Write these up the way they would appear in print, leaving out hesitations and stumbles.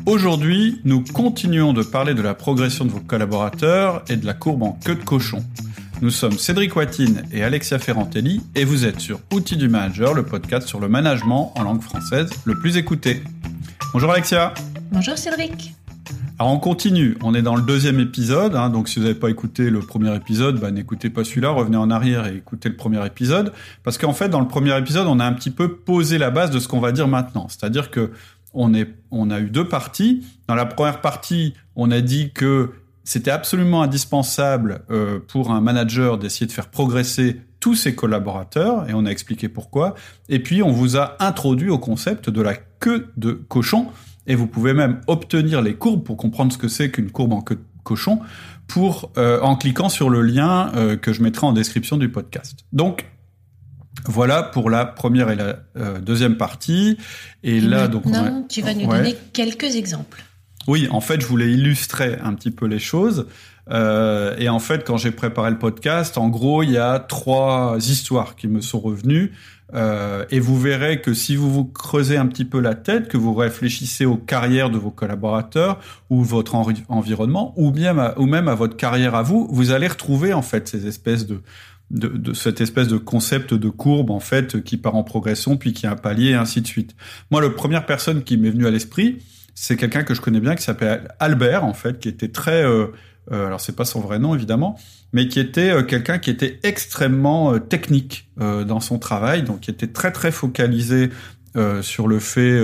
Aujourd'hui, nous continuons de parler de la progression de vos collaborateurs et de la courbe en queue de cochon. Nous sommes Cédric Watine et Alexia Ferrantelli et vous êtes sur Outils du Manager, le podcast sur le management en langue française le plus écouté. Bonjour Alexia. Bonjour Cédric. Alors on continue, on est dans le deuxième épisode, donc si vous n'avez pas écouté le premier épisode, n'écoutez pas celui-là, revenez en arrière et écoutez le premier épisode, parce qu'en fait dans le premier épisode on a un petit peu posé la base de ce qu'on va dire maintenant, c'est-à-dire que on a eu deux parties. Dans la première partie, on a dit que c'était absolument indispensable pour un manager d'essayer de faire progresser tous ses collaborateurs, et on a expliqué pourquoi. Et puis, on vous a introduit au concept de la queue de cochon, et vous pouvez même obtenir les courbes pour comprendre ce que c'est qu'une courbe en queue de cochon, en cliquant sur le lien que je mettrai en description du podcast. Donc, voilà pour la première et la deuxième partie. Et là, donc, tu vas nous donner quelques exemples. Oui, en fait, je voulais illustrer un petit peu les choses. Et en fait, quand j'ai préparé le podcast, en gros, il y a 3 histoires qui me sont revenues. Et vous verrez que si vous vous creusez un petit peu la tête, que vous réfléchissez aux carrières de vos collaborateurs ou votre environnement, ou même à votre carrière à vous, vous allez retrouver en fait ces espèces de cette espèce de concept de courbe en fait qui part en progression puis qui a un palier et ainsi de suite. Moi, la première personne qui m'est venue à l'esprit, c'est quelqu'un que je connais bien qui s'appelle Albert en fait, qui était très alors c'est pas son vrai nom évidemment, mais qui était quelqu'un qui était extrêmement technique dans son travail, donc qui était très très focalisé sur le fait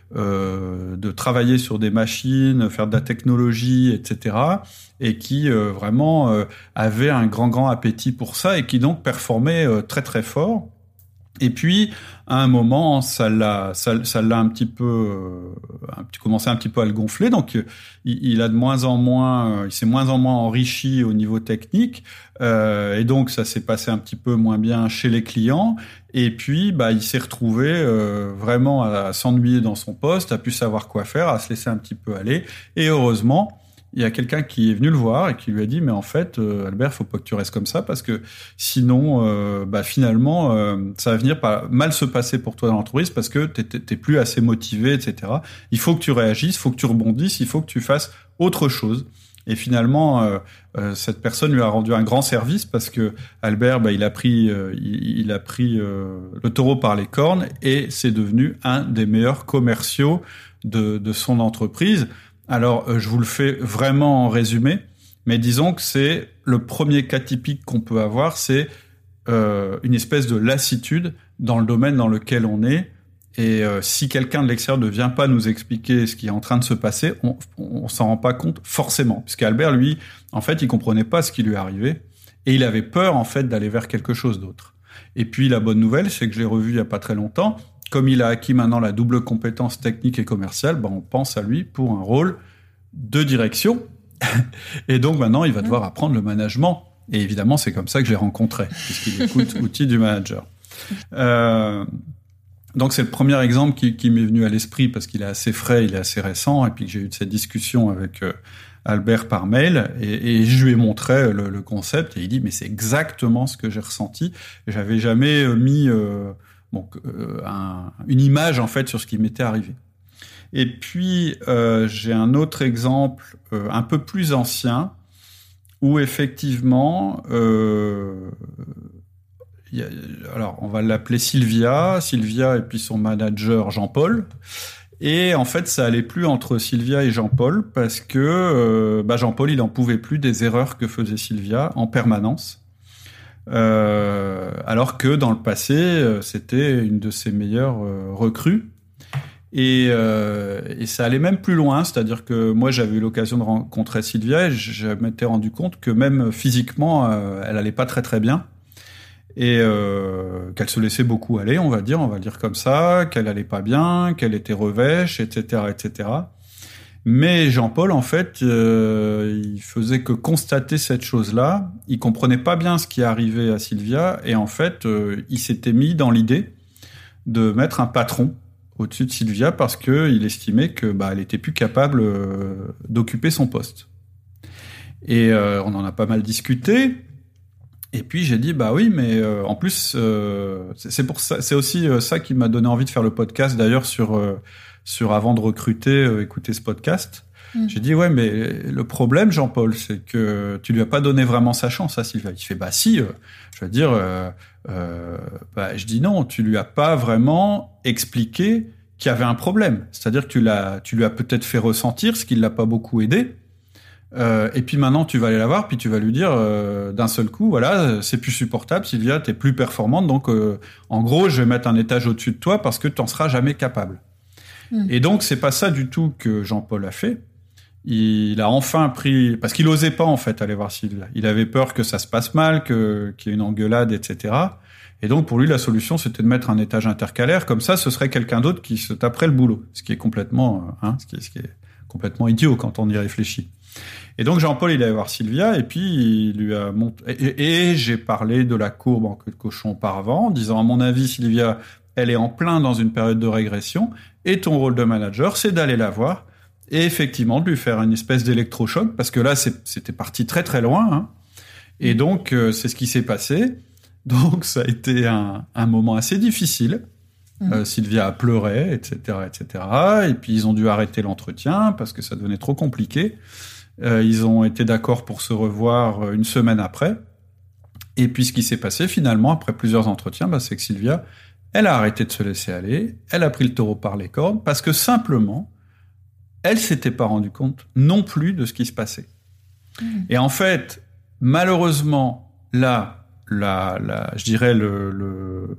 de travailler sur des machines, faire de la technologie, etc. Et qui vraiment avait un grand appétit pour ça et qui donc performait très très fort. Et puis à un moment, ça l'a un petit peu commencé un petit peu à le gonfler. Donc il s'est moins en moins enrichi au niveau technique. Et donc ça s'est passé un petit peu moins bien chez les clients. Et puis il s'est retrouvé vraiment à s'ennuyer dans son poste, à plus savoir quoi faire, à se laisser un petit peu aller. Et heureusement, il y a quelqu'un qui est venu le voir et qui lui a dit mais en fait Albert, faut pas que tu restes comme ça parce que sinon finalement ça va venir mal se passer pour toi dans l'entreprise parce que t'es plus assez motivé, etc. Il faut que tu réagisses, il faut que tu rebondisses, il faut que tu fasses autre chose. Et finalement cette personne lui a rendu un grand service parce que Albert il a pris le taureau par les cornes et c'est devenu un des meilleurs commerciaux de son entreprise. Alors, je vous le fais vraiment en résumé, mais disons que c'est le premier cas typique qu'on peut avoir, c'est une espèce de lassitude dans le domaine dans lequel on est. Et si quelqu'un de l'extérieur ne vient pas nous expliquer ce qui est en train de se passer, on s'en rend pas compte forcément. Puisqu'Albert, lui, en fait, il comprenait pas ce qui lui arrivait et il avait peur, en fait, d'aller vers quelque chose d'autre. Et puis, la bonne nouvelle, c'est que je l'ai revu il y a pas très longtemps. Comme il a acquis maintenant la double compétence technique et commerciale, on pense à lui pour un rôle de direction. Et donc maintenant, il va devoir apprendre le management. Et évidemment, c'est comme ça que je l'ai rencontré, puisqu'il écoute Outils du Manager. Donc c'est le premier exemple qui m'est venu à l'esprit, parce qu'il est assez frais, il est assez récent, et puis que j'ai eu cette discussion avec Albert par mail, et je lui ai montré le concept, et il dit « mais c'est exactement ce que j'ai ressenti ». J'avais jamais mis... une image en fait sur ce qui m'était arrivé. Et puis j'ai un autre exemple un peu plus ancien où effectivement alors on va l'appeler Sylvia et puis son manager Jean-Paul. Et en fait, ça allait plus entre Sylvia et Jean-Paul parce que Jean-Paul il en pouvait plus des erreurs que faisait Sylvia en permanence. Alors que dans le passé, c'était une de ses meilleures recrues. Et ça allait même plus loin, c'est-à-dire que moi, j'avais eu l'occasion de rencontrer Sylvia et je m'étais rendu compte que même physiquement, elle allait pas très très bien. Et qu'elle se laissait beaucoup aller, on va dire comme ça, qu'elle allait pas bien, qu'elle était revêche, etc., etc. Mais Jean-Paul, en fait, il faisait que constater cette chose-là. Il comprenait pas bien ce qui arrivait à Sylvia. Et en fait, il s'était mis dans l'idée de mettre un patron au-dessus de Sylvia parce qu'il estimait que elle était plus capable d'occuper son poste. Et on en a pas mal discuté. Et puis j'ai dit oui, mais en plus c'est pour ça, c'est aussi ça qui m'a donné envie de faire le podcast d'ailleurs sur sur avant de recruter, écouter ce podcast. J'ai dit, ouais, mais le problème, Jean-Paul, c'est que tu lui as pas donné vraiment sa chance à Sylvia. Il fait, bah si, je veux dire, je dis non, tu lui as pas vraiment expliqué qu'il y avait un problème. C'est-à-dire que tu lui as peut-être fait ressentir, ce qui l'a pas beaucoup aidé. Et puis maintenant, tu vas aller la voir, puis tu vas lui dire d'un seul coup, voilà, c'est plus supportable, Sylvia, t'es plus performante, donc en gros, je vais mettre un étage au-dessus de toi parce que t'en seras jamais capable. Et donc, c'est pas ça du tout que Jean-Paul a fait. Il a enfin pris, parce qu'il osait pas en fait aller voir Sylvia. Il avait peur que ça se passe mal, qu'il y ait une engueulade, etc. Et donc pour lui, la solution, c'était de mettre un étage intercalaire. Comme ça, ce serait quelqu'un d'autre qui se taperait le boulot, ce qui est complètement, ce qui est complètement idiot quand on y réfléchit. Et donc Jean-Paul, il allait voir Sylvia, et puis il lui a montré. Et j'ai parlé de la courbe en queue de cochon auparavant, en disant à mon avis, Sylvia, elle est en plein dans une période de régression, et ton rôle de manager, c'est d'aller la voir. Et effectivement, de lui faire une espèce d'électrochoc, parce que là, c'était parti très très loin. Et donc, c'est ce qui s'est passé. Donc, ça a été un moment assez difficile. Sylvia a pleuré, etc., etc. Et puis, ils ont dû arrêter l'entretien parce que ça devenait trop compliqué. Ils ont été d'accord pour se revoir une semaine après. Et puis, ce qui s'est passé, finalement, après plusieurs entretiens, c'est que Sylvia, elle a arrêté de se laisser aller. Elle a pris le taureau par les cornes parce que simplement, elle s'était pas rendue compte non plus de ce qui se passait. Et en fait, malheureusement, là, je dirais le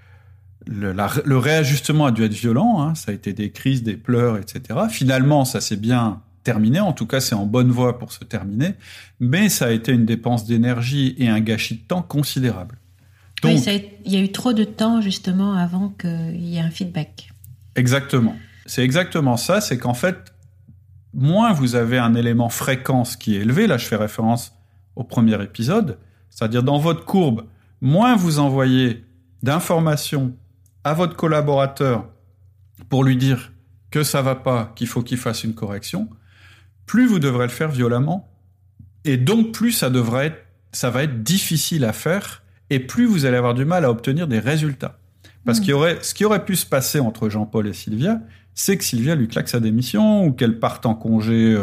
réajustement a dû être violent. Ça a été des crises, des pleurs, etc. Finalement, ça s'est bien terminé. En tout cas, c'est en bonne voie pour se terminer. Mais ça a été une dépense d'énergie et un gâchis de temps considérable. Donc, oui, il y a eu trop de temps justement avant qu'il y ait un feedback. Exactement. C'est exactement ça. C'est qu'en fait, moins vous avez un élément fréquence qui est élevé, là je fais référence au premier épisode, c'est-à-dire dans votre courbe, moins vous envoyez d'informations à votre collaborateur pour lui dire que ça va pas, qu'il faut qu'il fasse une correction, plus vous devrez le faire violemment, et donc plus ça va être difficile à faire, et plus vous allez avoir du mal à obtenir des résultats. Parce ce qui aurait pu se passer entre Jean-Paul et Sylvia, c'est que Sylvia lui claque sa démission ou qu'elle parte en congé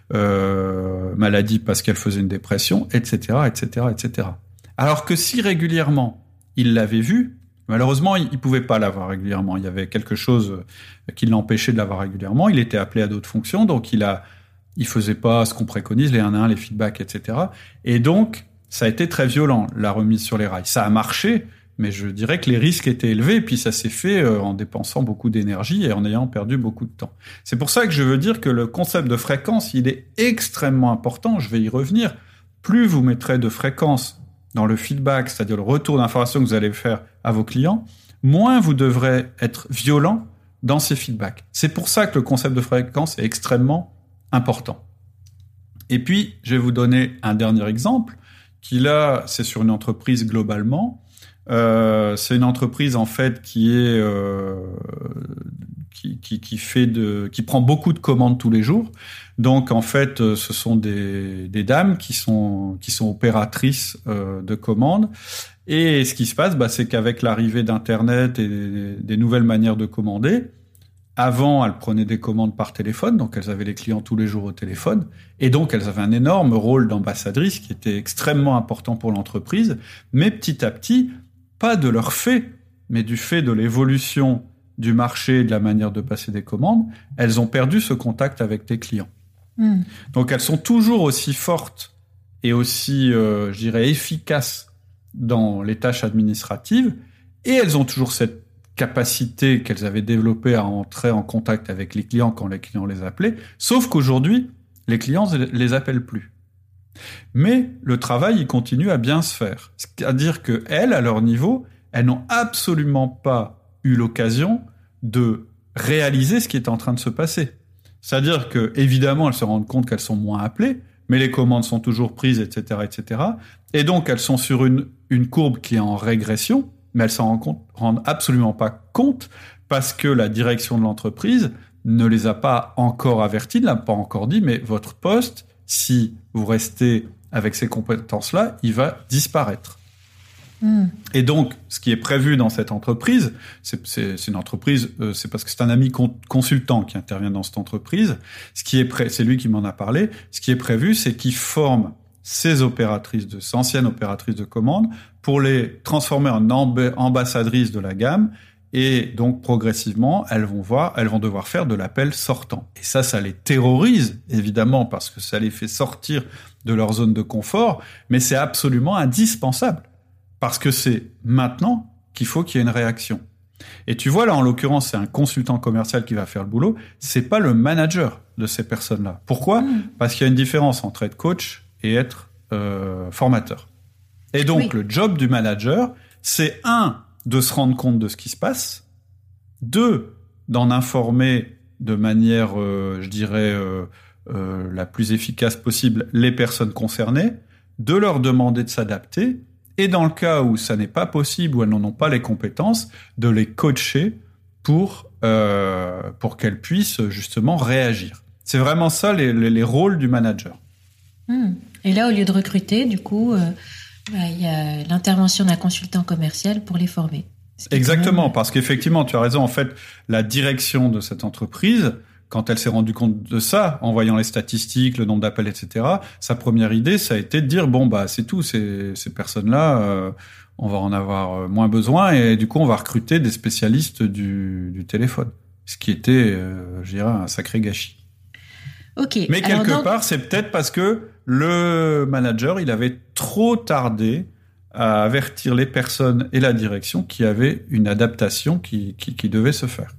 maladie parce qu'elle faisait une dépression, etc., etc., etc. Alors que si régulièrement il l'avait vue, malheureusement il pouvait pas l'avoir régulièrement. Il y avait quelque chose qui l'empêchait de l'avoir régulièrement. Il était appelé à d'autres fonctions, donc il faisait pas ce qu'on préconise, les 1-1, les feedbacks, etc. Et donc ça a été très violent, la remise sur les rails. Ça a marché. Mais je dirais que les risques étaient élevés, et puis ça s'est fait en dépensant beaucoup d'énergie et en ayant perdu beaucoup de temps. C'est pour ça que je veux dire que le concept de fréquence, il est extrêmement important, je vais y revenir. Plus vous mettrez de fréquence dans le feedback, c'est-à-dire le retour d'information que vous allez faire à vos clients, moins vous devrez être violent dans ces feedbacks. C'est pour ça que le concept de fréquence est extrêmement important. Et puis, je vais vous donner un dernier exemple, qui là, c'est sur une entreprise globalement. C'est une entreprise en fait qui prend beaucoup de commandes tous les jours. Donc en fait, ce sont des dames qui sont opératrices de commandes. Et ce qui se passe, c'est qu'avec l'arrivée d'Internet et des nouvelles manières de commander, avant, elles prenaient des commandes par téléphone, donc elles avaient les clients tous les jours au téléphone, et donc elles avaient un énorme rôle d'ambassadrice qui était extrêmement important pour l'entreprise. Mais petit à petit, pas de leur fait, mais du fait de l'évolution du marché et de la manière de passer des commandes, elles ont perdu ce contact avec les clients. Donc elles sont toujours aussi fortes et aussi, je dirais, efficaces dans les tâches administratives, et elles ont toujours cette capacité qu'elles avaient développée à entrer en contact avec les clients quand les clients les appelaient, sauf qu'aujourd'hui, les clients les appellent plus. Mais le travail, il continue à bien se faire. C'est-à-dire qu'elles, à leur niveau, elles n'ont absolument pas eu l'occasion de réaliser ce qui est en train de se passer. C'est-à-dire que, évidemment, elles se rendent compte qu'elles sont moins appelées, mais les commandes sont toujours prises, etc., etc. Et donc, elles sont sur une courbe qui est en régression, mais elles s'en rendent absolument pas compte parce que la direction de l'entreprise ne les a pas encore averties, ne l'a pas encore dit, mais votre poste, si vous restez avec ces compétences-là, il va disparaître. Et donc, ce qui est prévu dans cette entreprise, c'est une entreprise, c'est parce que c'est un ami consultant qui intervient dans cette entreprise. C'est lui qui m'en a parlé. Ce qui est prévu, c'est qu'il forme ces anciennes opératrices de commande pour les transformer en ambassadrices de la gamme. Et donc, progressivement, elles vont devoir faire de l'appel sortant. Et ça les terrorise, évidemment, parce que ça les fait sortir de leur zone de confort, mais c'est absolument indispensable. Parce que c'est maintenant qu'il faut qu'il y ait une réaction. Et tu vois, là, en l'occurrence, c'est un consultant commercial qui va faire le boulot. C'est pas le manager de ces personnes-là. Pourquoi ? Parce qu'il y a une différence entre être coach et être formateur. Et donc, le job du manager, c'est de se rendre compte de ce qui se passe, 2, d'en informer de manière, la plus efficace possible les personnes concernées, de leur demander de s'adapter, et dans le cas où ça n'est pas possible, où elles n'en ont pas les compétences, de les coacher pour qu'elles puissent justement réagir. C'est vraiment ça les rôles du manager. Et là, au lieu de recruter, du coup, il y a l'intervention d'un consultant commercial pour les former. Exactement, parce qu'effectivement, tu as raison. En fait, la direction de cette entreprise, quand elle s'est rendue compte de ça, en voyant les statistiques, le nombre d'appels, etc., sa première idée, ça a été de dire, c'est tout, ces personnes-là, on va en avoir moins besoin, et du coup, on va recruter des spécialistes du téléphone. Ce qui était, un sacré gâchis. Okay. Mais quelque part, c'est peut-être parce que le manager, il avait trop tardé à avertir les personnes et la direction qu'il y avait une adaptation qui devait se faire.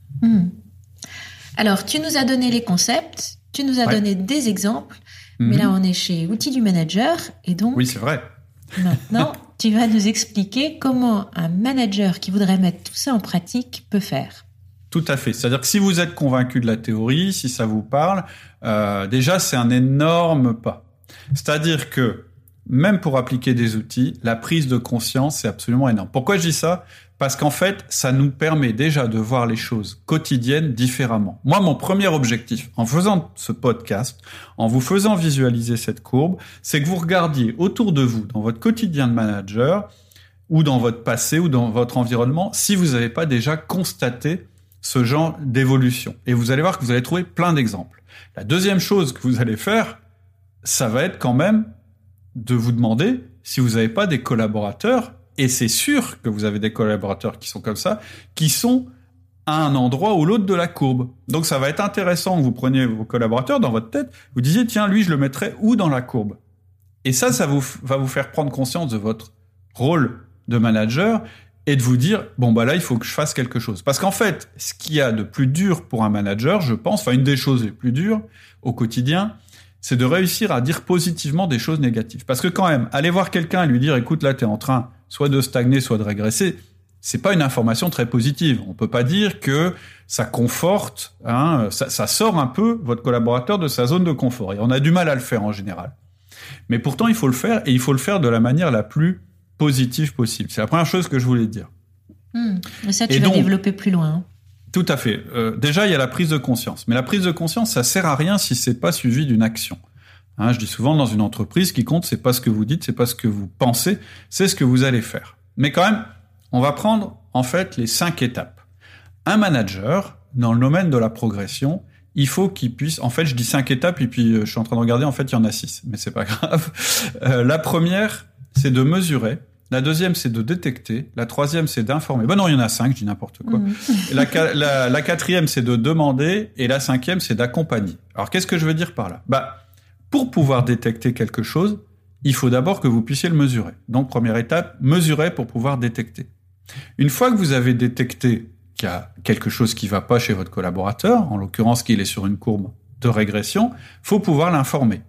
Alors, tu nous as donné les concepts, tu nous as donné des exemples, mais là, on est chez Outils du manager, et donc... Oui, c'est vrai. Maintenant, tu vas nous expliquer comment un manager qui voudrait mettre tout ça en pratique peut faire. Tout à fait. C'est-à-dire que si vous êtes convaincu de la théorie, si ça vous parle, déjà, c'est un énorme pas. C'est-à-dire que même pour appliquer des outils, la prise de conscience, c'est absolument énorme. Pourquoi je dis ça ? Parce qu'en fait, ça nous permet déjà de voir les choses quotidiennes différemment. Moi, mon premier objectif, en faisant ce podcast, en vous faisant visualiser cette courbe, c'est que vous regardiez autour de vous, dans votre quotidien de manager, ou dans votre passé, ou dans votre environnement, si vous n'avez pas déjà constaté ce genre d'évolution. Et vous allez voir que vous allez trouver plein d'exemples. La deuxième chose que vous allez faire, ça va être quand même de vous demander si vous n'avez pas des collaborateurs, et c'est sûr que vous avez des collaborateurs qui sont comme ça, qui sont à un endroit ou l'autre de la courbe. Donc ça va être intéressant que vous preniez vos collaborateurs dans votre tête, vous disiez, tiens, lui, je le mettrais où dans la courbe ? Et ça va vous faire prendre conscience de votre rôle de manager et de vous dire, là, il faut que je fasse quelque chose. Parce qu'en fait, ce qu'il y a de plus dur pour un manager, je pense, une des choses les plus dures au quotidien, c'est de réussir à dire positivement des choses négatives. Parce que quand même, aller voir quelqu'un et lui dire, écoute, là, t'es en train soit de stagner, soit de régresser, c'est pas une information très positive. On peut pas dire que ça conforte, ça sort un peu votre collaborateur de sa zone de confort. Et on a du mal à le faire en général. Mais pourtant, il faut le faire, et il faut le faire de la manière la plus positive possible. C'est la première chose que je voulais dire. Ça, tu vas développer plus loin. Tout à fait. Déjà, il y a la prise de conscience. Mais la prise de conscience, ça sert à rien si c'est pas suivi d'une action. Je dis souvent, dans une entreprise, ce qui compte, c'est pas ce que vous dites, c'est pas ce que vous pensez, c'est ce que vous allez faire. Mais quand même, on va prendre, en fait, les 5 étapes. Un manager, dans le domaine de la progression, il faut qu'il puisse... En fait, je dis 5 étapes, et puis je suis en train de regarder, en fait, il y en a 6, mais c'est pas grave. La première, c'est de mesurer. La deuxième, c'est de détecter. La troisième, c'est d'informer. Non, il y en a 5, je dis n'importe quoi. La quatrième, c'est de demander. Et la cinquième, c'est d'accompagner. Alors, qu'est-ce que je veux dire par là ? Pour pouvoir détecter quelque chose, il faut d'abord que vous puissiez le mesurer. Donc, première étape, mesurer pour pouvoir détecter. Une fois que vous avez détecté qu'il y a quelque chose qui ne va pas chez votre collaborateur, en l'occurrence qu'il est sur une courbe de régression, il faut pouvoir l'informer.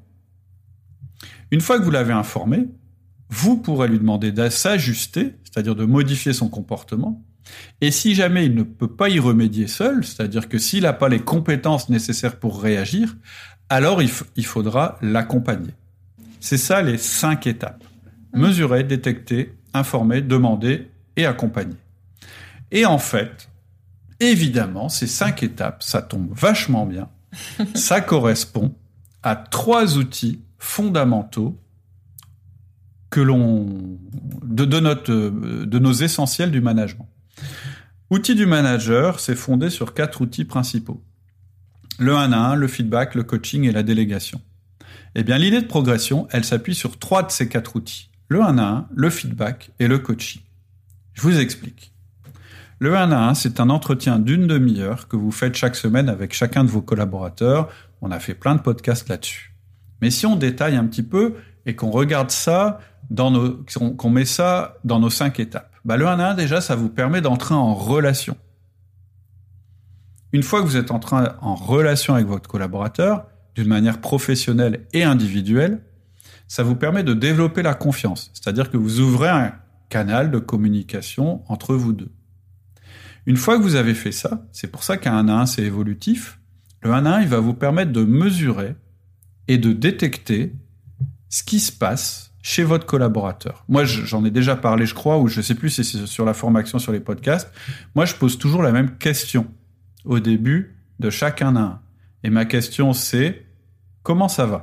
Une fois que vous l'avez informé, vous pourrez lui demander de s'ajuster, c'est-à-dire de modifier son comportement. Et si jamais il ne peut pas y remédier seul, c'est-à-dire que s'il n'a pas les compétences nécessaires pour réagir, alors il faudra l'accompagner. C'est ça les 5 étapes. Mesurer, détecter, informer, demander et accompagner. Et en fait, évidemment, ces 5 étapes, ça tombe vachement bien. Ça correspond à 3 outils fondamentaux de nos essentiels du management. Outils du manager, c'est fondé sur 4 outils principaux. Le 1 à 1, le feedback, le coaching et la délégation. Eh bien, l'idée de progression, elle s'appuie sur 3 de ces 4 outils. Le 1 à 1, le feedback et le coaching. Je vous explique. Le 1 à 1, c'est un entretien d'1 demi-heure que vous faites chaque semaine avec chacun de vos collaborateurs. On a fait plein de podcasts là-dessus. Mais si on détaille un petit peu et qu'on regarde ça, qu'on met ça dans nos 5 étapes, le 1 à 1, déjà, ça vous permet d'entrer en relation. Une fois que vous êtes en relation avec votre collaborateur, d'une manière professionnelle et individuelle, ça vous permet de développer la confiance. C'est-à-dire que vous ouvrez un canal de communication entre vous deux. Une fois que vous avez fait ça, c'est pour ça qu'un 1 à 1, c'est évolutif. Le 1 à 1, il va vous permettre de mesurer et de détecter ce qui se passe chez votre collaborateur. Moi, j'en ai déjà parlé, je crois, ou je ne sais plus si c'est sur la formation, sur les podcasts. Moi, je pose toujours la même question au début de chaque 1 à 1. Et ma question, c'est « Comment ça va ?»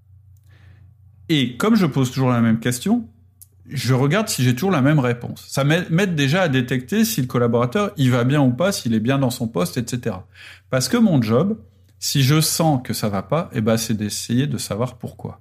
Et comme je pose toujours la même question, je regarde si j'ai toujours la même réponse. Ça m'aide déjà à détecter si le collaborateur, il va bien ou pas, s'il est bien dans son poste, etc. Parce que mon job, si je sens que ça va pas, c'est d'essayer de savoir pourquoi.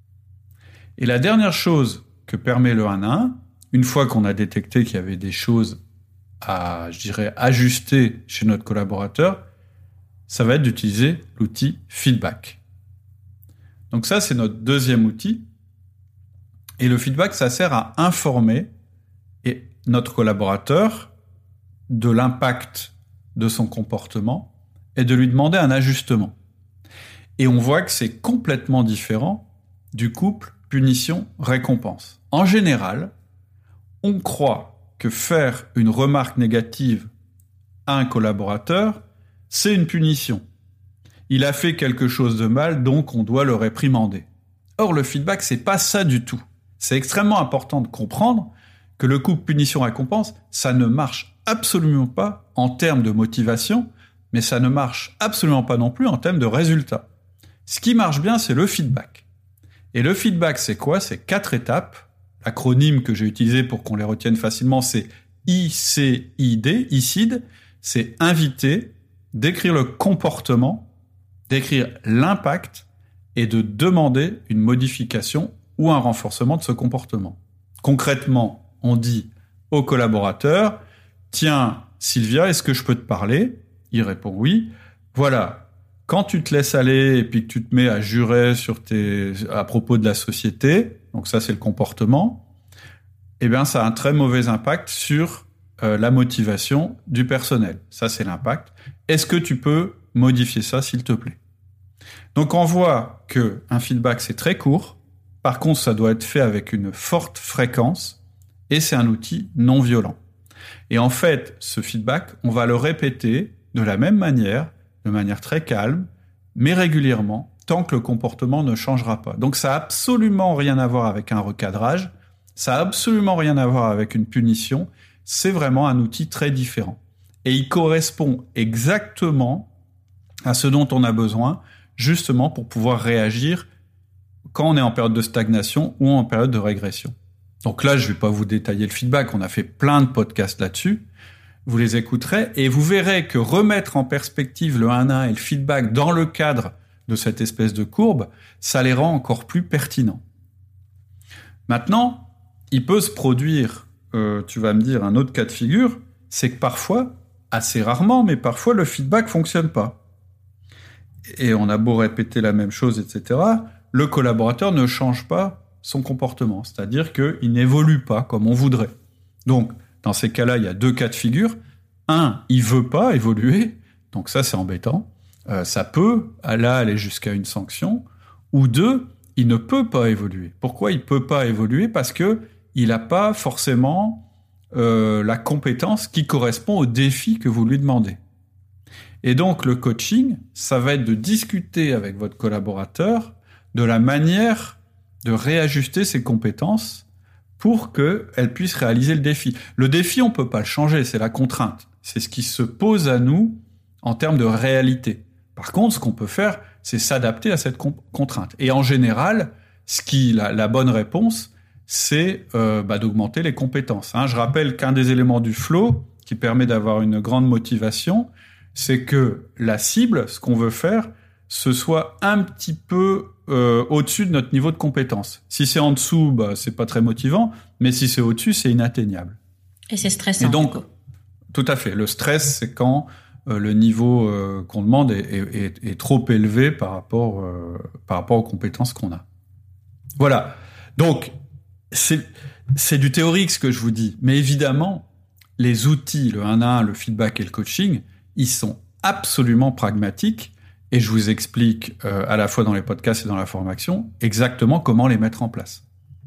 Et la dernière chose que permet le 1 à 1, une fois qu'on a détecté qu'il y avait des choses à, ajuster chez notre collaborateur, ça va être d'utiliser l'outil feedback. Donc ça, c'est notre deuxième outil. Et le feedback, ça sert à informer notre collaborateur de l'impact de son comportement et de lui demander un ajustement. Et on voit que c'est complètement différent du couple punition-récompense. En général, on croit que faire une remarque négative à un collaborateur, c'est une punition. Il a fait quelque chose de mal, donc on doit le réprimander. Or, le feedback, c'est pas ça du tout. C'est extrêmement important de comprendre que le couple punition-récompense, ça ne marche absolument pas en termes de motivation, mais ça ne marche absolument pas non plus en termes de résultats. Ce qui marche bien, c'est le feedback. Et le feedback, c'est quoi ? C'est 4 étapes. L'acronyme que j'ai utilisé pour qu'on les retienne facilement, c'est ICID, ICID. C'est inviter, décrire le comportement, décrire l'impact et de demander une modification ou un renforcement de ce comportement. Concrètement, on dit au collaborateur « Tiens, Sylvia, est-ce que je peux te parler ?» Il répond « Oui. » Voilà, quand tu te laisses aller et puis que tu te mets à jurer à propos de la société, donc ça c'est le comportement, ça a un très mauvais impact sur la motivation du personnel. Ça c'est l'impact. Est-ce que tu peux modifier ça, s'il te plaît ? Donc on voit qu'un feedback c'est très court. Par contre, ça doit être fait avec une forte fréquence et c'est un outil non violent. Et en fait, ce feedback, on va le répéter de la même manière, de manière très calme, mais régulièrement, tant que le comportement ne changera pas. Donc ça n'a absolument rien à voir avec un recadrage, ça n'a absolument rien à voir avec une punition, c'est vraiment un outil très différent. Et il correspond exactement à ce dont on a besoin, justement pour pouvoir réagir quand on est en période de stagnation ou en période de régression. Donc là, je ne vais pas vous détailler le feedback, on a fait plein de podcasts là-dessus. Vous les écouterez et vous verrez que remettre en perspective le 1 à 1 et le feedback dans le cadre de cette espèce de courbe, ça les rend encore plus pertinents. Maintenant, il peut se produire, tu vas me dire, un autre cas de figure, c'est que parfois, assez rarement, mais parfois le feedback ne fonctionne pas. Et on a beau répéter la même chose, etc., le collaborateur ne change pas son comportement, c'est-à-dire qu'il n'évolue pas comme on voudrait. Donc, dans ces cas-là, il y a 2 cas de figure. 1, il veut pas évoluer, donc ça c'est embêtant. Ça peut aller jusqu'à une sanction. Ou 2, il ne peut pas évoluer. Pourquoi il peut pas évoluer ? Parce que il n'a pas forcément la compétence qui correspond au défi que vous lui demandez. Et donc le coaching, ça va être de discuter avec votre collaborateur de la manière de réajuster ses compétences pour qu'elle puisse réaliser le défi. Le défi, on peut pas le changer, c'est la contrainte. C'est ce qui se pose à nous en termes de réalité. Par contre, ce qu'on peut faire, c'est s'adapter à cette contrainte. Et en général, la bonne réponse, c'est d'augmenter les compétences. Je rappelle qu'un des éléments du flow qui permet d'avoir une grande motivation, c'est que la cible, ce qu'on veut faire, ce soit un petit peu au-dessus de notre niveau de compétence. Si c'est en dessous, c'est pas très motivant, mais si c'est au-dessus, c'est inatteignable. Et c'est stressant. Et donc, tout à fait. Le stress, c'est quand le niveau qu'on demande est trop élevé par rapport aux compétences qu'on a. Voilà. Donc, c'est du théorique ce que je vous dis. Mais évidemment, les outils, le 1-1, le feedback et le coaching, ils sont absolument pragmatiques. Et je vous explique à la fois dans les podcasts et dans la formation exactement comment les mettre en place.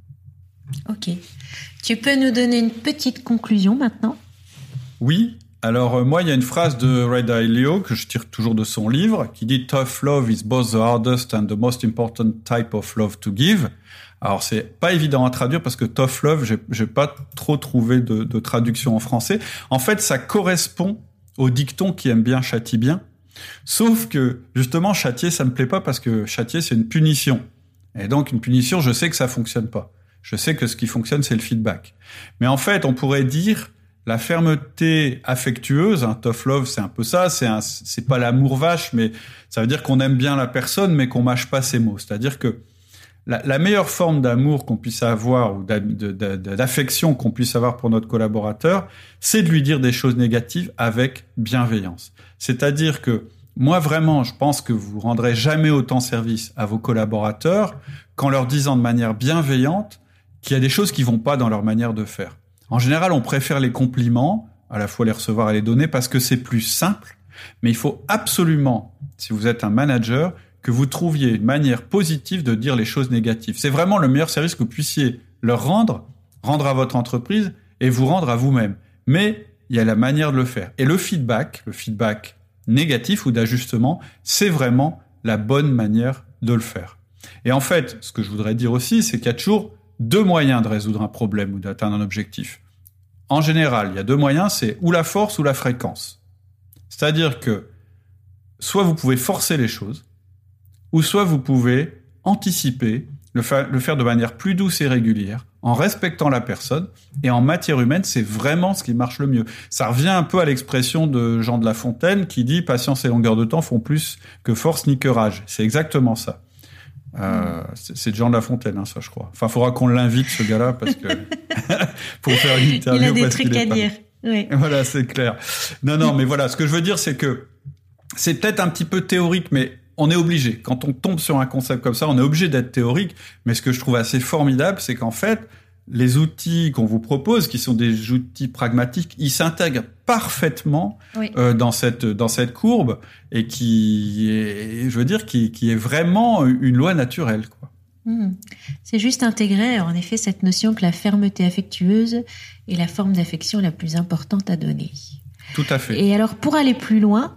Ok. Tu peux nous donner une petite conclusion maintenant ? Oui. Alors moi, il y a une phrase de Ray Dalio que je tire toujours de son livre qui dit « Tough love is both the hardest and the most important type of love to give ». Alors c'est pas évident à traduire parce que tough love, j'ai pas trop trouvé de traduction en français. En fait, ça correspond au dicton qui aime bien châtie bien. Sauf que, justement, châtier, ça me plaît pas parce que châtier, c'est une punition. Et donc, une punition, je sais que ça fonctionne pas. Je sais que ce qui fonctionne, c'est le feedback. Mais en fait, on pourrait dire la fermeté affectueuse, tough love, c'est un peu ça, c'est pas l'amour vache, mais ça veut dire qu'on aime bien la personne, mais qu'on mâche pas ses mots. C'est-à-dire que la meilleure forme d'amour qu'on puisse avoir ou d'affection qu'on puisse avoir pour notre collaborateur, c'est de lui dire des choses négatives avec bienveillance. C'est-à-dire que moi, vraiment, je pense que vous rendrez jamais autant service à vos collaborateurs qu'en leur disant de manière bienveillante qu'il y a des choses qui vont pas dans leur manière de faire. En général, on préfère les compliments, à la fois les recevoir et les donner, parce que c'est plus simple. Mais il faut absolument, si vous êtes un manager, que vous trouviez une manière positive de dire les choses négatives. C'est vraiment le meilleur service que vous puissiez leur rendre à votre entreprise et vous rendre à vous-même. Mais il y a la manière de le faire. Et le feedback négatif ou d'ajustement, c'est vraiment la bonne manière de le faire. Et en fait, ce que je voudrais dire aussi, c'est qu'il y a toujours deux moyens de résoudre un problème ou d'atteindre un objectif. En général, il y a deux moyens, c'est ou la force ou la fréquence. C'est-à-dire que soit vous pouvez forcer les choses, ou soit vous pouvez anticiper, le faire de manière plus douce et régulière, en respectant la personne. Et en matière humaine, c'est vraiment ce qui marche le mieux. Ça revient un peu à l'expression de Jean de La Fontaine qui dit « Patience et longueur de temps font plus que force ni que rage ». C'est exactement ça. C'est Jean de La Fontaine, ça, je crois. Enfin, il faudra qu'on l'invite, ce gars-là, parce que pour faire une interview. Il a des trucs à dire. Oui. Voilà, c'est clair. Non, mais voilà, ce que je veux dire, c'est que c'est peut-être un petit peu théorique, mais on est obligé. Quand on tombe sur un concept comme ça, on est obligé d'être théorique. Mais ce que je trouve assez formidable, c'est qu'en fait, les outils qu'on vous propose, qui sont des outils pragmatiques, ils s'intègrent parfaitement dans cette courbe et qui est vraiment une loi naturelle, quoi. C'est juste intégrer, en effet, cette notion que la fermeté affectueuse est la forme d'affection la plus importante à donner. Tout à fait. Et alors, pour aller plus loin...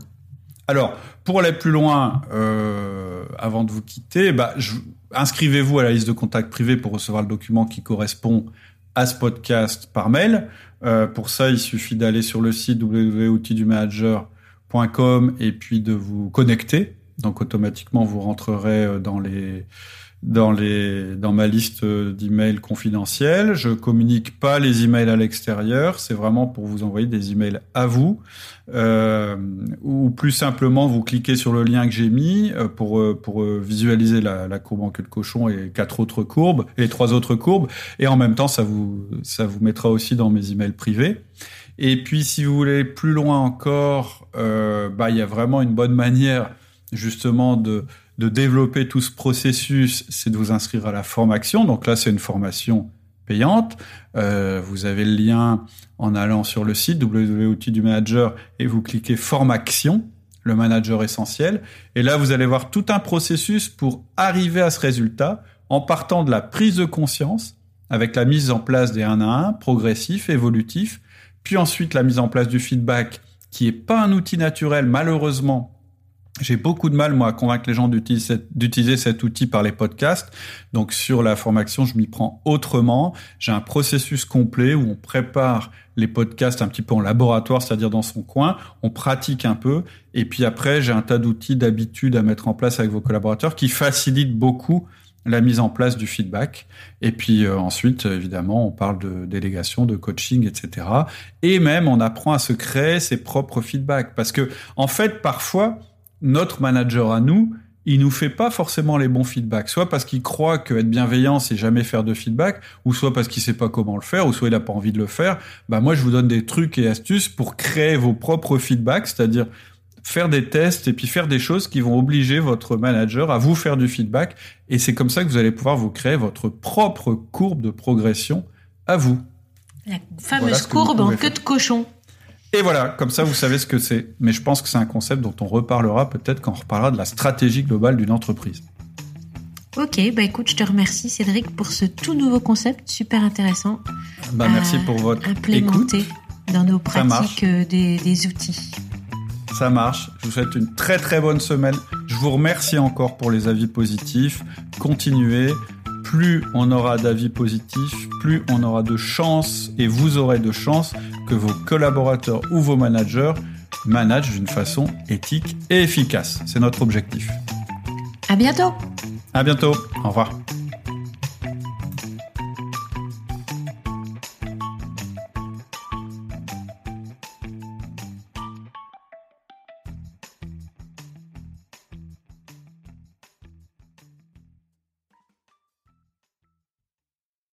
avant de vous quitter, inscrivez-vous à la liste de contacts privés pour recevoir le document qui correspond à ce podcast par mail. Pour ça, il suffit d'aller sur le site www.outildumanager.com et puis de vous connecter. Donc, automatiquement, vous rentrerez dans ma liste d'emails confidentiels. Je communique pas les emails à l'extérieur. C'est vraiment pour vous envoyer des emails à vous. Ou plus simplement, vous cliquez sur le lien que j'ai mis pour visualiser la courbe en queue de cochon et 4 autres courbes et 3 autres courbes. Et en même temps, ça vous mettra aussi dans mes emails privés. Et puis, si vous voulez plus loin encore, il y a vraiment une bonne manière, justement, de développer tout ce processus, c'est de vous inscrire à la formation. Donc là, c'est une formation payante. Vous avez le lien en allant sur le site www.outildumanager et vous cliquez Formation, le manager essentiel. Et là, vous allez voir tout un processus pour arriver à ce résultat en partant de la prise de conscience avec la mise en place des 1 à 1, progressif, évolutif, puis ensuite la mise en place du feedback qui est pas un outil naturel, malheureusement. J'ai beaucoup de mal, moi, à convaincre les gens d'utiliser cet outil par les podcasts. Donc, sur la formation, je m'y prends autrement. J'ai un processus complet où on prépare les podcasts un petit peu en laboratoire, c'est-à-dire dans son coin. On pratique un peu. Et puis après, j'ai un tas d'outils, d'habitudes à mettre en place avec vos collaborateurs qui facilitent beaucoup la mise en place du feedback. Et puis ensuite, évidemment, on parle de délégation, de coaching, etc. Et même, on apprend à se créer ses propres feedbacks. Parce que, en fait, parfois, notre manager à nous, il nous fait pas forcément les bons feedbacks. Soit parce qu'il croit qu'être bienveillant, c'est jamais faire de feedback, ou soit parce qu'il sait pas comment le faire, ou soit il a pas envie de le faire. Moi, je vous donne des trucs et astuces pour créer vos propres feedbacks, c'est-à-dire faire des tests et puis faire des choses qui vont obliger votre manager à vous faire du feedback. Et c'est comme ça que vous allez pouvoir vous créer votre propre courbe de progression à vous. La fameuse courbe en queue de cochon. Et voilà, comme ça, vous savez ce que c'est. Mais je pense que c'est un concept dont on reparlera peut-être quand on reparlera de la stratégie globale d'une entreprise. Ok, écoute, je te remercie Cédric pour ce tout nouveau concept, super intéressant. Merci pour votre implémenter écoute. Dans nos pratiques des outils. Ça marche. Je vous souhaite une très très bonne semaine. Je vous remercie encore pour les avis positifs. Continuez. Plus on aura d'avis positifs, plus on aura de chance et vous aurez de chance que vos collaborateurs ou vos managers managent d'une façon éthique et efficace. C'est notre objectif. À bientôt. À bientôt. Au revoir.